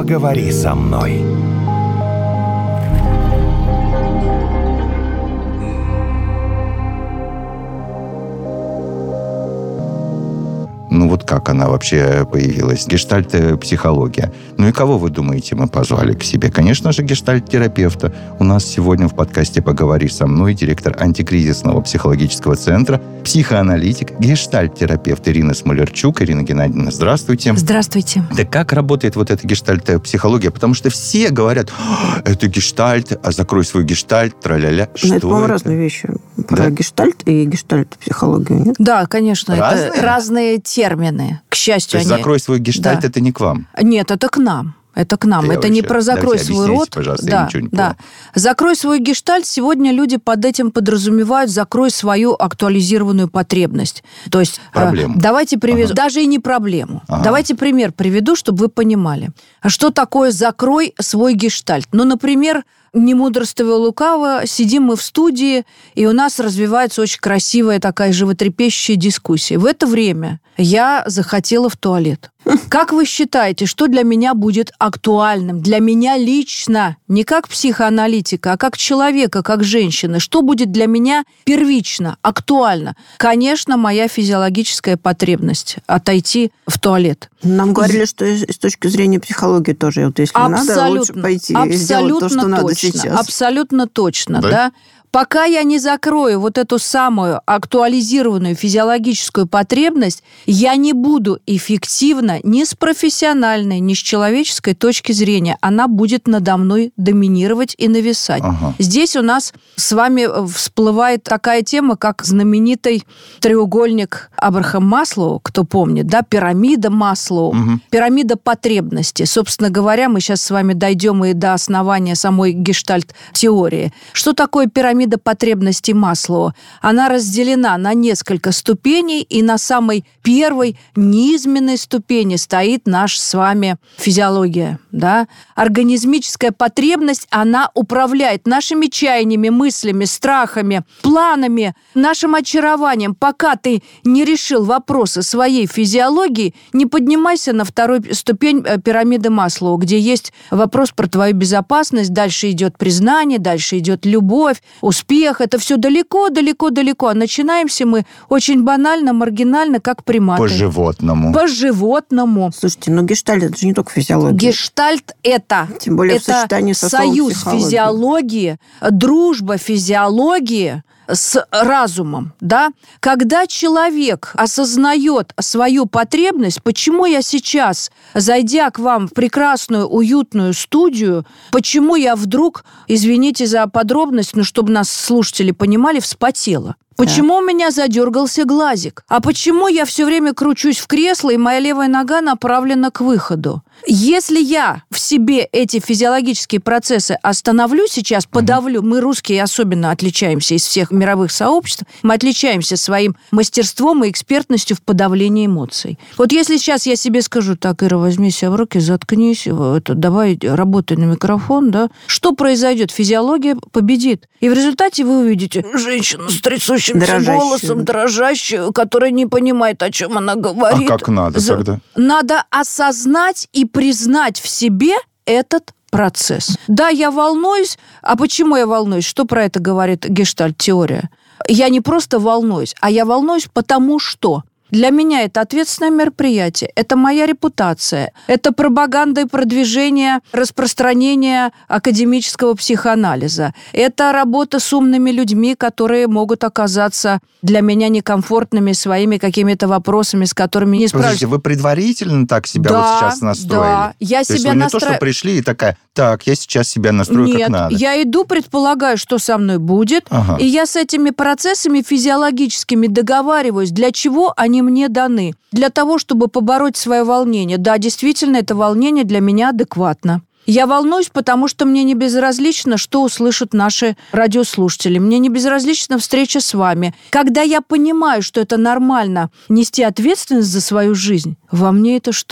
Поговори со мной. Ну вот как она вообще появилась? Гештальт-психология. Ну и кого, вы думаете, мы позвали к себе? Конечно же, гештальт-терапевта. У нас сегодня в подкасте «Поговори со мной» директор антикризисного психологического центра, психоаналитик, гештальт-терапевт Ирина Смолерчук. Ирина Геннадьевна, здравствуйте. Здравствуйте. Да как работает вот эта гештальт-психология? Потому что все говорят, это гештальт, а закрой свой гештальт, тра-ля-ля. Что это, по-моему, разные вещи. Про гештальт и гештальт-психологию, нет? Да, конечно. Разные? Это разные термины. К счастью, То есть они... закрой свой гештальт, Да. Это не к вам? Нет, это к нам. Это к нам. Я Это не вообще- про закрой Давайте свой объясните, рот. пожалуйста, я Да, ничего не да. понял. Закрой свой гештальт. Сегодня люди под этим подразумевают закрой свою актуализированную потребность. То есть Проблему. давайте приведу, даже и не проблему. Ага. Давайте пример приведу, чтобы вы понимали. Что такое закрой свой гештальт? Ну, например, не мудрствуя лукаво, сидим мы в студии, и у нас развивается очень красивая такая животрепещущая дискуссия. В это время я захотела в туалет. Как вы считаете, что для меня будет актуальным? Для меня лично, не как психоаналитика, а как человека, как женщины. Что будет для меня первично, актуально? Конечно, моя физиологическая потребность отойти в туалет. Нам говорили, что с точки зрения психологии тоже, вот если надо, лучше пойти и сделать то, что надо сейчас. Абсолютно точно, Да? да. Пока я не закрою вот эту самую актуализированную физиологическую потребность, я не буду эффективна ни с профессиональной, ни с человеческой точки зрения. Она будет надо мной доминировать и нависать. Ага. Здесь у нас с вами всплывает такая тема, как знаменитый треугольник Абрахам Маслоу, кто помнит, да, пирамида Маслоу, пирамида потребностей. Собственно говоря, мы сейчас с вами дойдем и до основания самой гештальт-теории. Что такое пирамида потребностей Маслоу? Она разделена на несколько ступеней, и на самой первой низменной ступени стоит наша с вами физиология. Да? Организмическая потребность, она управляет нашими чаяниями, мыслями, страхами, планами, нашим очарованием. Пока ты не решил вопросы своей физиологии, не поднимайся на вторую ступень пирамиды Маслоу, где есть вопрос про твою безопасность, дальше идет признание, дальше идет любовь, успех. Это все далеко, далеко, далеко. А начинаемся мы очень банально, маргинально, как приматы. По-животному. По-животному. Слушайте, но гештальт – это же не только физиология. Гештальт – это, Тем более в это сочетании со словом союз психология. физиологии, дружба физиологии с разумом, да? Когда человек осознает свою потребность, почему я сейчас, зайдя к вам в прекрасную, уютную студию, почему я вдруг, извините за подробность, но чтобы нас слушатели понимали, вспотела? Почему у меня задергался глазик? А почему я все время кручусь в кресло, и моя левая нога направлена к выходу? Если я в себе эти физиологические процессы остановлю сейчас, подавлю, мы, русские, особенно отличаемся из всех мировых сообществ, мы отличаемся своим мастерством и экспертностью в подавлении эмоций. Вот если сейчас я себе скажу, так, Ира, возьми себя в руки, заткнись, давай работай на микрофон, да, что произойдет? Физиология победит. И в результате вы увидите женщину с трясущимся голосом, дрожащую, которая не понимает, о чем она говорит. А как надо тогда? Надо осознать и признать в себе этот процесс. Да, я волнуюсь. А почему я волнуюсь? Что про это говорит гештальт-теория? Я не просто волнуюсь, а я волнуюсь потому что... Для меня это ответственное мероприятие, это моя репутация, это пропаганда и продвижение, распространение академического психоанализа, это работа с умными людьми, которые могут оказаться для меня некомфортными своими какими-то вопросами, с которыми не справлюсь. Подождите, вы предварительно так себя вот сейчас настроили? Да, я То себя есть вы не то, что пришли и такая, так, я сейчас себя настрою как надо. Нет, я иду, предполагаю, что со мной будет, и я с этими процессами физиологическими договариваюсь, для чего они мне даны. Для того, чтобы побороть свое волнение. Да, действительно, это волнение для меня адекватно. Я волнуюсь, потому что мне не безразлично, что услышат наши радиослушатели. Мне не безразлична встреча с вами. Когда я понимаю, что это нормально нести ответственность за свою жизнь, во мне это что?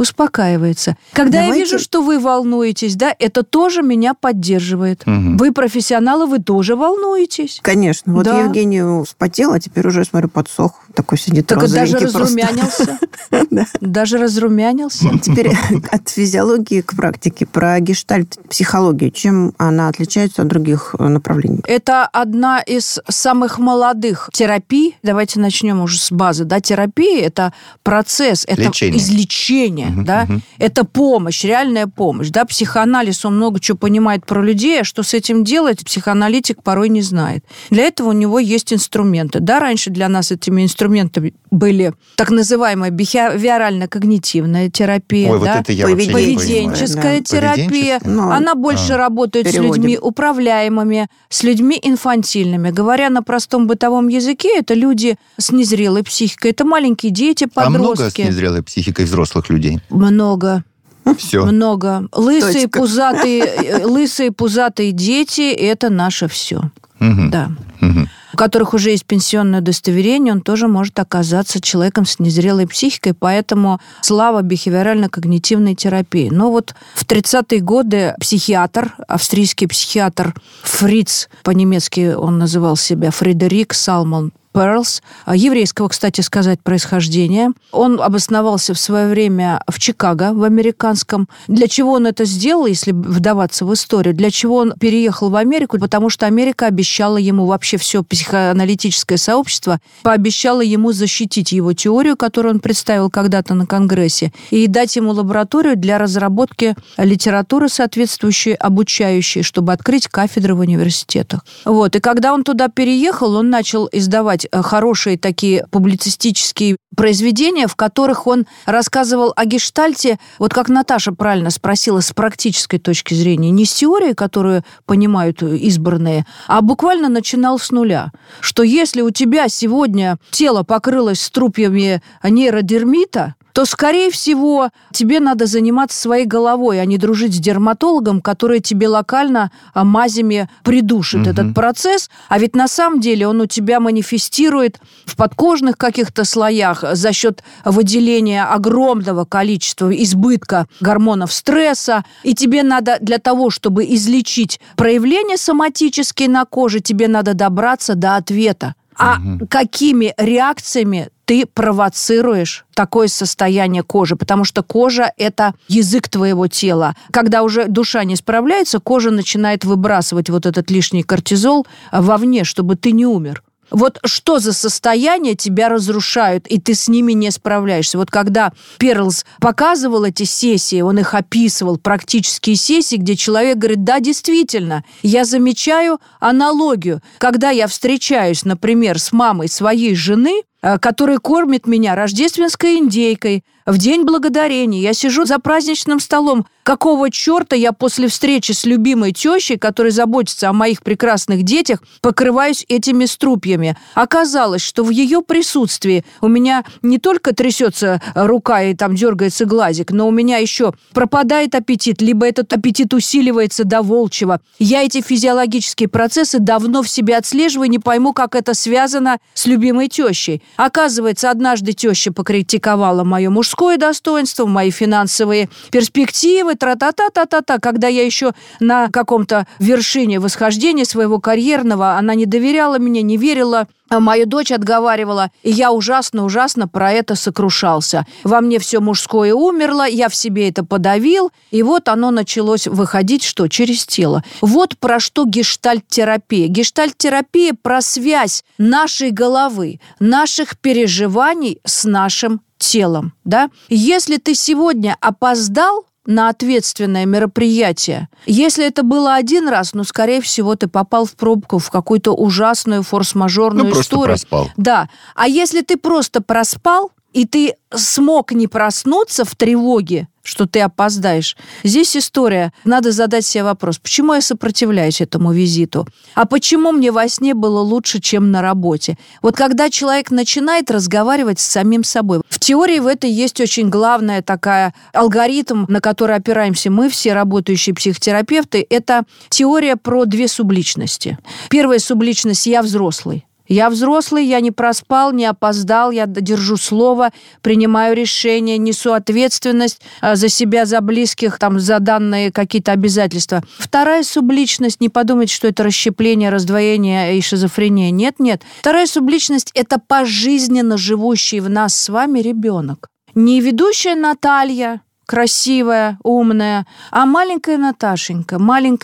успокаивается. Когда я вижу, что вы волнуетесь, да, это тоже меня поддерживает. Вы профессионалы, вы тоже волнуетесь. Конечно. Вот Евгений вспотел, а теперь уже, смотрю, подсох. Такой сидит розовенький. Так даже разрумянился. Даже разрумянился. Теперь от физиологии к практике. Про гештальт-психологию. Чем она отличается от других направлений? Это одна из самых молодых терапий. Давайте начнем уже с базы. Да, терапия – это процесс, это излечение. Да? Это помощь, реальная помощь. Да? Психоанализ, он много чего понимает про людей, а что с этим делать, психоаналитик порой не знает. Для этого у него есть инструменты. Да, раньше для нас этими инструментами были так называемая бихевиорально-когнитивная терапия, поведенческая терапия. Она больше работает с людьми управляемыми, с людьми инфантильными. Говоря на простом бытовом языке, это люди с незрелой психикой, это маленькие дети, подростки. А много с незрелой психикой взрослых людей? Много. Все. Много. Лысые, пузатые дети – это наше все. Да. У которых уже есть пенсионное удостоверение, он тоже может оказаться человеком с незрелой психикой, поэтому слава бихевиорально-когнитивной терапии. Но вот в 30-е годы психиатр, австрийский психиатр Фриц, по-немецки он называл себя Фредерик Салмон Перлс, еврейского, кстати сказать, происхождения. Он обосновался в свое время в Чикаго, в американском. Для чего он это сделал, если вдаваться в историю? Для чего он переехал в Америку? Потому что Америка обещала ему, вообще все психоаналитическое сообщество, пообещало ему защитить его теорию, которую он представил когда-то на Конгрессе, и дать ему лабораторию для разработки литературы соответствующей, обучающей, чтобы открыть кафедры в университетах. Вот. И когда он туда переехал, он начал издавать хорошие такие публицистические произведения, в которых он рассказывал о гештальте, вот как Наташа правильно спросила, с практической точки зрения, не с теорией, которую понимают избранные, а буквально начинал с нуля. Что если у тебя сегодня тело покрылось струпьями нейродермита, то, скорее всего, тебе надо заниматься своей головой, а не дружить с дерматологом, который тебе локально мазями придушит этот процесс. А ведь на самом деле он у тебя манифестирует в подкожных каких-то слоях за счет выделения огромного количества избытка гормонов стресса. И тебе надо для того, чтобы излечить проявления соматические на коже, тебе надо добраться до ответа. А какими реакциями ты провоцируешь такое состояние кожи? Потому что кожа – это язык твоего тела. Когда уже душа не справляется, кожа начинает выбрасывать вот этот лишний кортизол вовне, чтобы ты не умер. Вот что за состояния тебя разрушают, и ты с ними не справляешься. Вот когда Перлс показывал эти сессии, он их описывал, практические сессии, где человек говорит, да, действительно, я замечаю аналогию. Когда я встречаюсь, например, с мамой своей жены, которая кормит меня рождественской индейкой, в День Благодарения я сижу за праздничным столом. Какого черта я после встречи с любимой тещей, которая заботится о моих прекрасных детях, покрываюсь этими струпьями? Оказалось, что в ее присутствии у меня не только трясется рука и там дергается глазик, но у меня еще пропадает аппетит, либо этот аппетит усиливается до волчьего. Я эти физиологические процессы давно в себе отслеживаю, не пойму, как это связано с любимой тещей. Оказывается, однажды теща покритиковала мое мужское достоинство, мои финансовые перспективы, тра-та-та-та-та-та. Когда я еще на каком-то вершине восхождения своего карьерного, она не доверяла мне, не верила. Мою дочь отговаривала, и я ужасно-ужасно про это сокрушался. Во мне все мужское умерло, я в себе это подавил, и вот оно началось выходить что? Через тело. Вот про что гештальт-терапия. Гештальт-терапия про связь нашей головы, наших переживаний с нашим телом. Да? Если ты сегодня опоздал на ответственное мероприятие. Если это было один раз, скорее всего, ты попал в пробку, в какую-то ужасную форс-мажорную историю. Просто проспал. Да. А если ты просто проспал, и ты смог не проснуться в тревоге, что ты опоздаешь. Здесь история. Надо задать себе вопрос, почему я сопротивляюсь этому визиту? А почему мне во сне было лучше, чем на работе? Вот когда человек начинает разговаривать с самим собой. В теории в этой есть очень главная такая алгоритм, на который опираемся мы, все работающие психотерапевты. Это теория про две субличности. Первая субличность – я взрослый. Я взрослый, я не проспал, не опоздал, я держу слово, принимаю решения, несу ответственность за себя, за близких, там, за данные какие-то обязательства. Вторая субличность, не подумайте, что это расщепление, раздвоение и шизофрения. Нет. Вторая субличность – это пожизненно живущий в нас с вами ребенок. Не ведущая Наталья, красивая, умная, а маленькая Наташенька,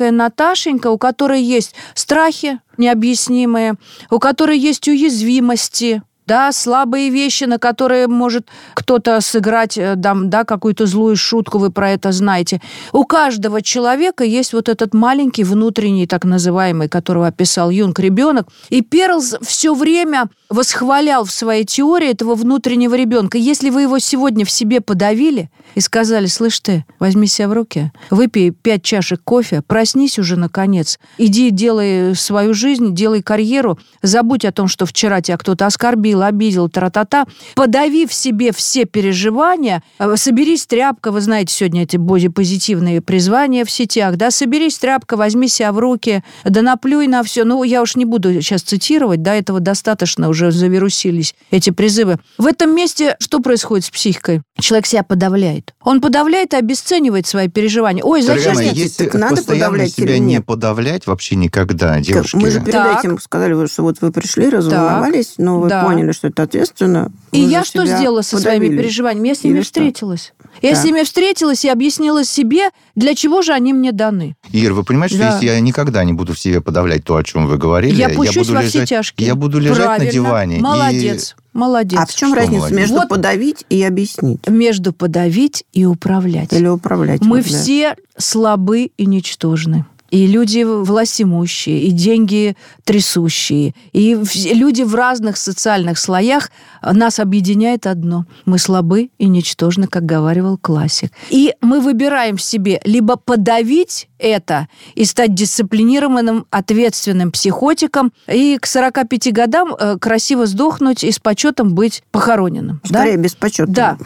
у которой есть страхи необъяснимые, у которой есть уязвимости, да, слабые вещи, на которые может кто-то сыграть, да, какую-то злую шутку, вы про это знаете. У каждого человека есть вот этот маленький внутренний, так называемый, которого описал Юнг, ребенок. И Перлс все время восхвалял в своей теории этого внутреннего ребенка. Если вы его сегодня в себе подавили и сказали: слышь ты, возьми себя в руки, выпей 5 чашек кофе, проснись уже наконец, иди делай свою жизнь, делай карьеру, забудь о том, что вчера тебя кто-то оскорбил, обидел, тра-та-та, подави в себе все переживания, соберись, тряпка, вы знаете, сегодня эти бодипозитивные призвания в сетях, да, соберись, тряпка, возьми себя в руки, да наплюй на все. Ну, я уж не буду сейчас цитировать, да, этого достаточно, уже завирусились эти призывы. В этом месте что происходит с психикой? Человек себя подавляет. Он подавляет и обесценивает свои переживания. Ой, зачем? Если надо постоянно подавлять себя или не нет? подавлять вообще никогда, девушки. Мы же перед этим сказали, что вот вы пришли, разволновались, но вы поняли, что это ответственно. И я что сделала со своими переживаниями? Я с ними встретилась. Я с ними встретилась и объяснила себе, для чего же они мне даны. Ир, вы понимаете, что если я никогда не буду в себе подавлять то, о чем вы говорили, я пущусь во все тяжкие. Я буду лежать на диване. Молодец. Молодец. А в чем разница между подавить и объяснить? Между подавить и управлять. Или управлять. Мы все слабы и ничтожны. И люди властимущие, и деньги трясущие, и люди в разных социальных слоях, нас объединяет одно. Мы слабы и ничтожны, как говаривал классик. И мы выбираем в себе либо подавить это и стать дисциплинированным, ответственным психотиком, и к 45 годам красиво сдохнуть и с почетом быть похороненным. Скорее, без почета. Да.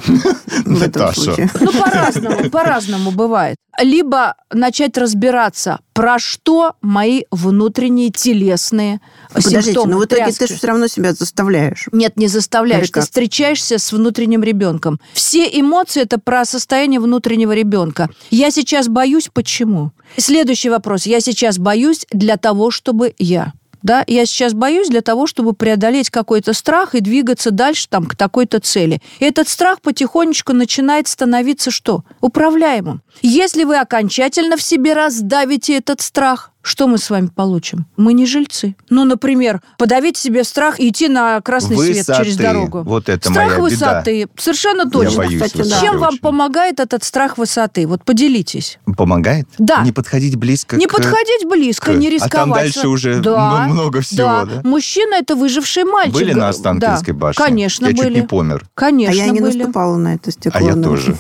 В этом случае. Ну, по-разному бывает. Либо начать разбираться, про что мои внутренние телесные Подождите, симптомы. Но в итоге ты же все равно себя заставляешь. Нет, не заставляешь. Ты встречаешься с внутренним ребенком. Все эмоции – это про состояние внутреннего ребенка. Я сейчас боюсь. Почему? Следующий вопрос. Я сейчас боюсь для того, чтобы я... Да, я сейчас боюсь для того, чтобы преодолеть какой-то страх и двигаться дальше там, к такой-то цели. И этот страх потихонечку начинает становиться что? Управляемым. Если вы окончательно в себе раздавите этот страх, что мы с вами получим? Мы не жильцы. Ну, например, подавить себе страх и идти на красный свет через дорогу. Вот это страх моя высоты. Беда. Совершенно точно. Чем вам помогает этот страх высоты? Вот поделитесь. Помогает? Да. Не подходить близко не подходить близко, не рисковать. А там дальше уже много всего, да? Мужчина – это выживший мальчик. Были на Останкинской башне? Конечно, я были. Я чуть не помер. Конечно, я не были. наступала на это стекло. А я тоже.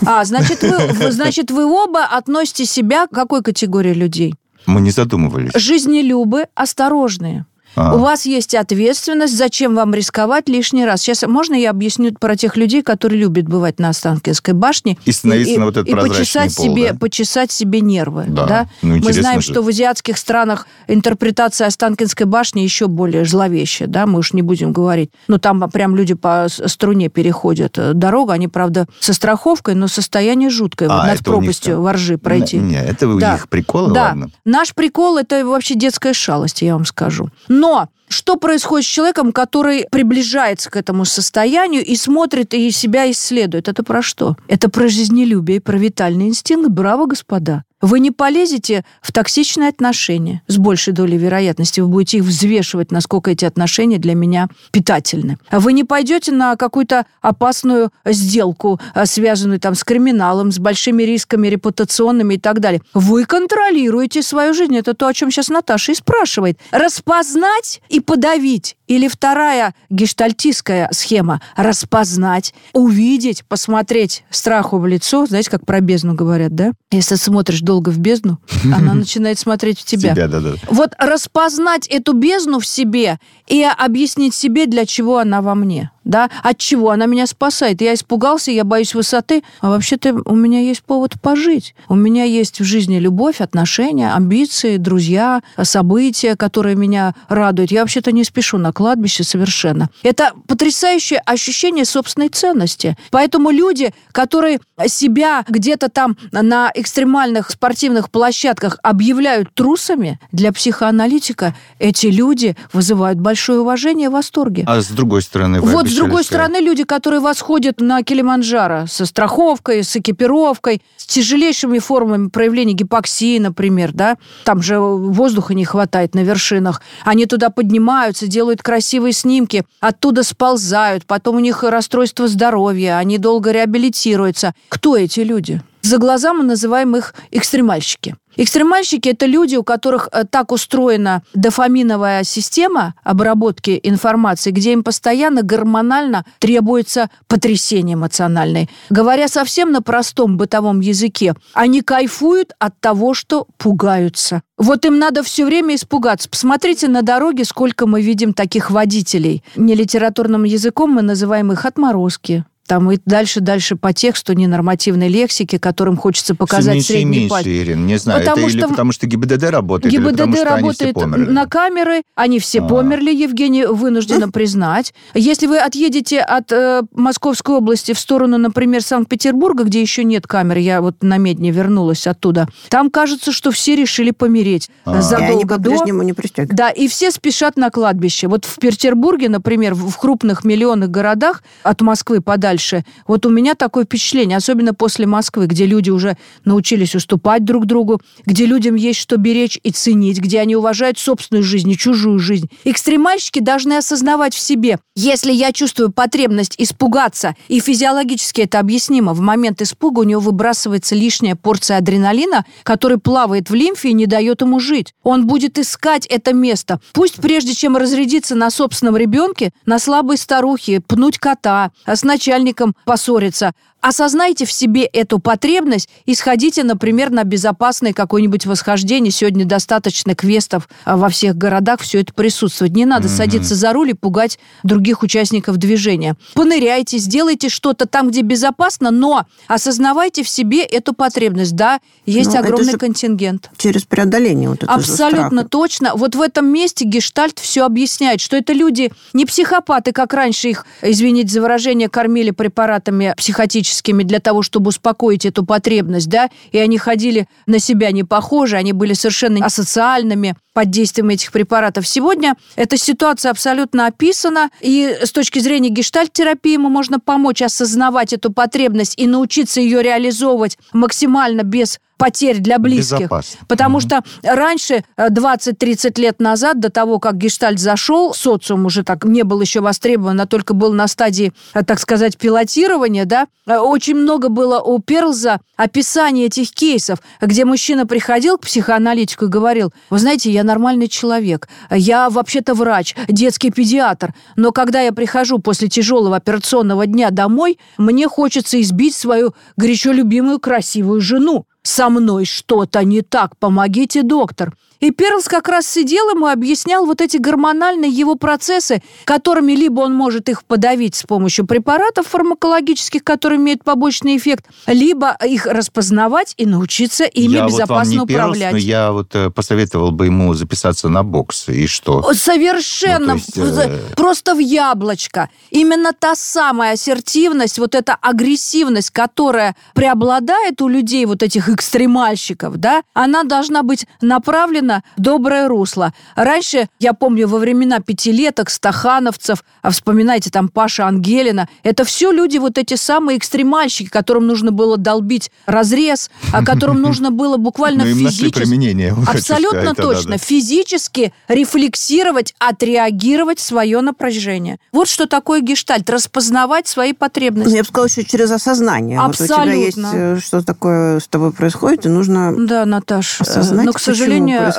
Значит, вы оба относите себя к какой категории людей? Мы не задумывались. Жизнелюбы, осторожные. У вас есть ответственность, зачем вам рисковать лишний раз. Сейчас можно я объясню про тех людей, которые любят бывать на Останкинской башне и становиться на вот этот прозрачный пол, почесать себе нервы. Да. Ну, мы знаем, что в азиатских странах интерпретация Останкинской башни еще более зловещая, да, мы уж не будем говорить. Но там прям люди по струне переходят дорогу, они, правда, со страховкой, но состояние жуткое. Над пропастью воржи пройти. Нет, это у них приколы, да. Ладно. Наш прикол – это вообще детская шалость, я вам скажу. Но что происходит с человеком, который приближается к этому состоянию и смотрит и себя исследует? Это про что? Это про жизнелюбие и про витальный инстинкт. Браво, господа! Вы не полезете в токсичные отношения. С большей долей вероятности вы будете их взвешивать, насколько эти отношения для меня питательны. Вы не пойдете на какую-то опасную сделку, связанную там с криминалом, с большими рисками репутационными и так далее. Вы контролируете свою жизнь. Это то, о чем сейчас Наташа и спрашивает. Распознать и подавить. Или вторая гештальтистская схема. Распознать, увидеть, посмотреть страху в лицо. Знаете, как про бездну говорят, да? Если смотришь долго в бездну, она начинает смотреть в тебя. Да. Вот распознать эту бездну в себе и объяснить себе, для чего она во мне. Да? От чего? Она меня спасает. Я испугался, я боюсь высоты. А вообще-то у меня есть повод пожить. У меня есть в жизни любовь, отношения, амбиции, друзья, события, которые меня радуют. Я вообще-то не спешу на кладбище совершенно. Это потрясающее ощущение собственной ценности. Поэтому люди, которые себя где-то там на экстремальных спортивных площадках объявляют трусами, для психоаналитика эти люди вызывают большое уважение и восторги. А с другой стороны, вы с другой стороны, люди, которые восходят на Килиманджаро со страховкой, с экипировкой, с тяжелейшими формами проявления гипоксии, например, да, там же воздуха не хватает на вершинах, они туда поднимаются, делают красивые снимки, оттуда сползают, потом у них расстройство здоровья, они долго реабилитируются. Кто эти люди? За глаза мы называем их экстремальщики. Экстремальщики – это люди, у которых так устроена дофаминовая система обработки информации, где им постоянно гормонально требуется потрясение эмоциональное. Говоря совсем на простом бытовом языке, они кайфуют от того, что пугаются. Вот им надо все время испугаться. Посмотрите на дороге, сколько мы видим таких водителей. Нелитературным языком мы называем их отморозки. Там и дальше по тексту ненормативной лексики, которым хочется показать средний палец. Ирин, не знаю, потому что ГИБДД работает, или потому что они все померли? На камеры, они все померли, Евгений, вынуждена признать. Если вы отъедете от Московской области в сторону, например, Санкт-Петербурга, где еще нет камер, я вот на Медне вернулась оттуда, там кажется, что все решили помереть задолго они по-прежнему не пристегивают. Да, и все спешат на кладбище. Вот в Петербурге, например, в крупных миллионных городах от Москвы подальше, вот у меня такое впечатление, особенно после Москвы, где люди уже научились уступать друг другу, где людям есть что беречь и ценить, где они уважают собственную жизнь и чужую жизнь. Экстремальщики должны осознавать в себе, если я чувствую потребность испугаться, и физиологически это объяснимо, в момент испуга у него выбрасывается лишняя порция адреналина, который плавает в лимфе и не дает ему жить. Он будет искать это место. Пусть прежде чем разрядиться на собственном ребенке, на слабой старухе, пнуть кота, с начальником поссориться, осознайте в себе эту потребность и сходите, например, на безопасное какое-нибудь восхождение. Сегодня достаточно квестов во всех городах, все это присутствует. Не надо садиться за руль и пугать других участников движения. Поныряйте, сделайте что-то там, где безопасно, но осознавайте в себе эту потребность. Да, есть огромный контингент. Через преодоление вот этого Абсолютно страха. Точно. Вот в этом месте Гештальт все объясняет, что это люди не психопаты, как раньше их, извините за выражение, кормили препаратами психотическими для того, чтобы успокоить эту потребность, да, и они ходили на себя не похожи, они были совершенно асоциальными под действием этих препаратов. Сегодня эта ситуация абсолютно описана, и с точки зрения гештальт-терапии ему можно помочь осознавать эту потребность и научиться ее реализовывать максимально без потерь для близких. Безопасно. Потому что раньше, 20-30 лет назад, до того, как гештальт зашел, социум уже так не был еще востребован, а только был на стадии, так сказать, пилотирования, да, очень много было у Перлза описаний этих кейсов, где мужчина приходил к психоаналитику и говорил: вы знаете, я нормальный человек, я вообще-то врач, детский педиатр, но когда я прихожу после тяжелого операционного дня домой, мне хочется избить свою горячо любимую красивую жену. Со мной что-то не так, помогите, доктор. И Перлс как раз сидел ему и объяснял вот эти гормональные его процессы, которыми либо он может их подавить с помощью препаратов фармакологических, которые имеют побочный эффект, либо их распознавать и научиться ими безопасно управлять. Перлс, но я вот посоветовал бы ему записаться на бокс, и что? Совершенно, просто в яблочко. Именно та самая ассертивность, вот эта агрессивность, которая преобладает у людей, вот этих экстремальщиков, да, она должна быть направлена в доброе русло. Раньше, я помню, во времена пятилеток, стахановцев, вспоминайте там Паша Ангелина, это все люди, вот эти самые экстремальщики, которым нужно было долбить разрез, которым нужно было буквально физически... Абсолютно точно. Физически рефлексировать, отреагировать свое напряжение. Вот что такое гештальт. Распознавать свои потребности. Я бы сказала, еще через осознание. Абсолютно. Вот у тебя есть что такое с тобой происходит, и нужно да, Наташ, осознать, но, к сожалению,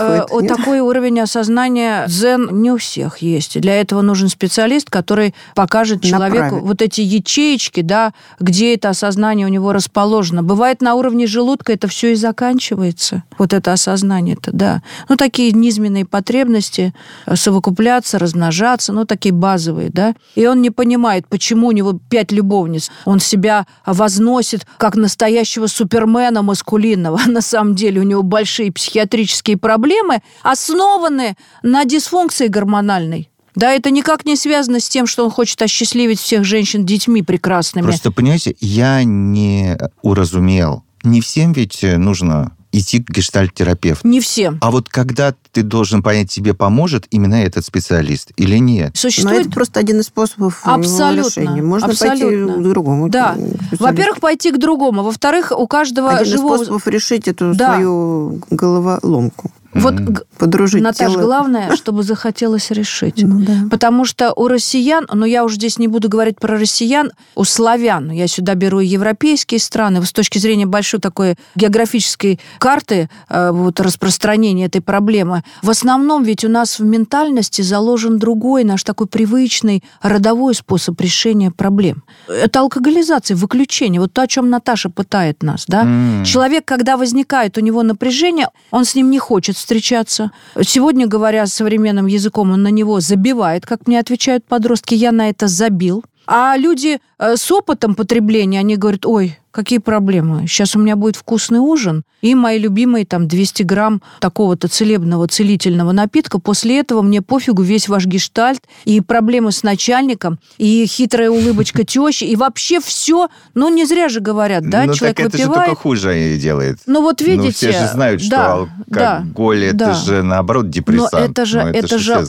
происходит. такой уровень осознания дзен не у всех есть. Для этого нужен специалист, который покажет человеку Направит. вот эти ячеечки, да, где это осознание у него расположено. Бывает, на уровне желудка это все и заканчивается. Вот это осознание-то, да. Ну, такие низменные потребности, совокупляться, размножаться, ну, такие базовые, да. И он не понимает, почему у него 5 любовниц. Он себя возносит как настоящего супермена маскулинного. На самом деле у него большие психиатрические проблемы, основаны на дисфункции гормональной. Да, это никак не связано с тем, что он хочет осчастливить всех женщин детьми прекрасными. Просто, понимаете, я не уразумел. Не всем ведь нужно идти к гештальт-терапевту. Не всем. А вот когда ты должен понять, тебе поможет именно этот специалист или нет? Но Существует... это просто один из способов его решения. Можно пойти к другому. Да. специалисту. Во-первых, пойти к другому. Во-вторых, у каждого Один из живого... способов решить эту Да. свою головоломку. Вот, Подружить Наташ, тело. главное, чтобы захотелось решить. Ну да. Потому что у россиян, но я уже здесь не буду говорить про россиян, у славян, я сюда беру и европейские страны, с точки зрения большой такой географической карты вот, распространения этой проблемы, в основном ведь у нас в ментальности заложен другой наш такой привычный родовой способ решения проблем. Это алкоголизация, выключение. Вот то, о чем Наташа пытает нас. Да? Человек, когда возникает у него напряжение, он с ним не хочет встречаться. Сегодня, говоря современным языком, он на него забивает, как мне отвечают подростки, я на это забил. А люди с опытом потребления, они говорят, ой, какие проблемы. Сейчас у меня будет вкусный ужин и мои любимые там 200 грамм такого-то целебного, целительного напитка. После этого мне пофигу весь ваш гештальт и проблемы с начальником, и хитрая улыбочка тещи, и вообще все. Ну, не зря же говорят, да? Ну, Человек так это выпивает. же только хуже делает. Ну, вот видите. Ну, все же знают, что алкоголь это же, наоборот, депрессант. Но это же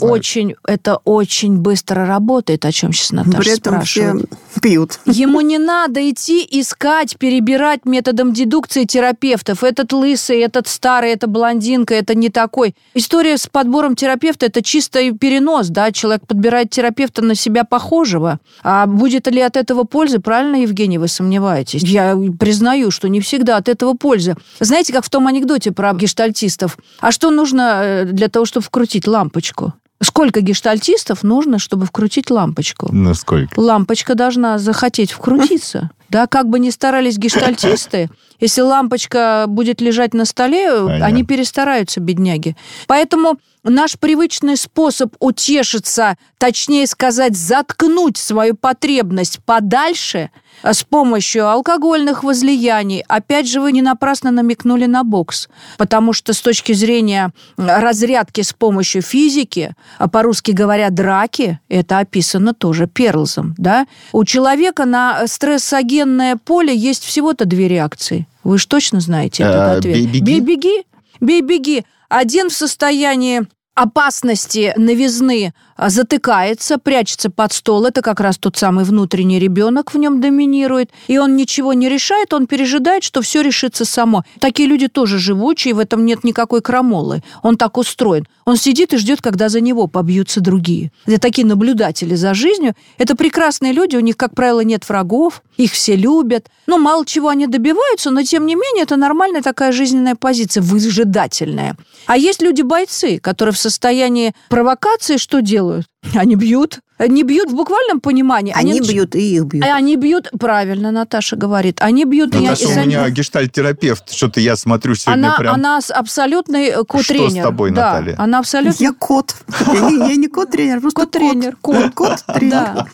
очень быстро работает, о чем сейчас Наташа При этом спрашивает. все пьют. Ему не надо идти искать, перебирать методом дедукции терапевтов. Этот лысый, этот старый, эта блондинка, это не такой. История с подбором терапевта – это чистый перенос, да? Человек подбирает терапевта на себя похожего. А будет ли от этого пользы? Правильно, Евгений, вы сомневаетесь? Я признаю, что не всегда от этого пользы. Знаете, как в том анекдоте про гештальтистов? А что нужно для того, чтобы вкрутить лампочку? Сколько гештальтистов нужно, чтобы вкрутить лампочку? Ну, сколько? Лампочка должна захотеть вкрутиться. Да, как бы ни старались гештальтисты, если лампочка будет лежать на столе, Понятно. Они перестараются, бедняги. Поэтому наш привычный способ утешиться, точнее сказать, заткнуть свою потребность подальше с помощью алкогольных возлияний. Опять же, вы не напрасно намекнули на бокс, потому что с точки зрения разрядки с помощью физики, а по-русски говоря, драки, это описано тоже Перлзом, да? У человека на стрессогенное поле есть всего-то 2 реакции. Вы же точно знаете этот ответ. Бей-беги. Бей-беги. Один в состоянии опасности новизны затыкается, прячется под стол. Это как раз тот самый внутренний ребенок в нем доминирует. И он ничего не решает, он пережидает, что все решится само. Такие люди тоже живучие, в этом нет никакой крамолы. Он так устроен. Он сидит и ждет, когда за него побьются другие. Это такие наблюдатели за жизнью. Это прекрасные люди, у них, как правило, нет врагов, их все любят. Ну, мало чего они добиваются, но, тем не менее, это нормальная такая жизненная позиция, выжидательная. А есть люди-бойцы, которые в состоянии провокации что делают? Они бьют. Не бьют в буквальном понимании. Они бьют, и их бьют. Они бьют, правильно Наташа говорит, они бьют... Наташа, у меня гештальт-терапевт, что-то я смотрю сегодня прям... Она абсолютный кот-тренер. Что с тобой, да, Наталья? Она абсолютно... Я кот. Я не кот-тренер, просто кот-тренер. Кот-тренер.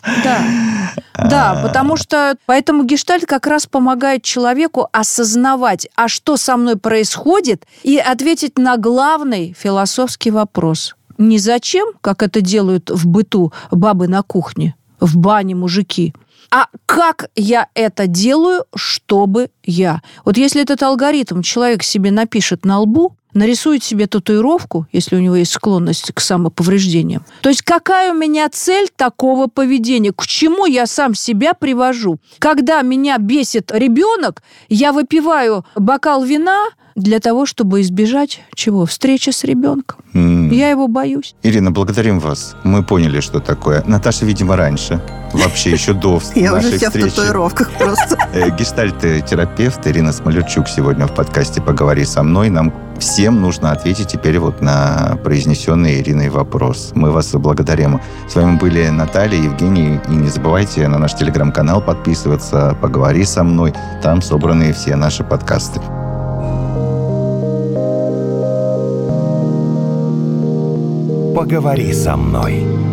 Да, потому что... Поэтому гештальт как раз помогает человеку осознавать, а что со мной происходит, и ответить на главный философский вопрос. Не зачем, как это делают в быту бабы на кухне, в бане мужики, а как я это делаю, чтобы я. Вот если этот алгоритм человек себе напишет на лбу, нарисует себе татуировку, если у него есть склонность к самоповреждениям. То есть какая у меня цель такого поведения? К чему я сам себя привожу? Когда меня бесит ребенок, я выпиваю бокал вина для того, чтобы избежать чего? Встречи с ребенком. Я его боюсь. Ирина, благодарим вас. Мы поняли, что такое. Наташа, видимо, раньше. Вообще еще до нашей встречи. Я уже вся в татуировках просто. Гештальт-терапевт Ирина Смолерчук сегодня в подкасте «Поговори со мной» нам всем нужно ответить теперь вот на произнесенный Ириной вопрос. Мы вас благодарим. С вами были Наталья, Евгений. И не забывайте на наш телеграм-канал подписываться. «Поговори со мной». Там собраны все наши подкасты. «Поговори со мной».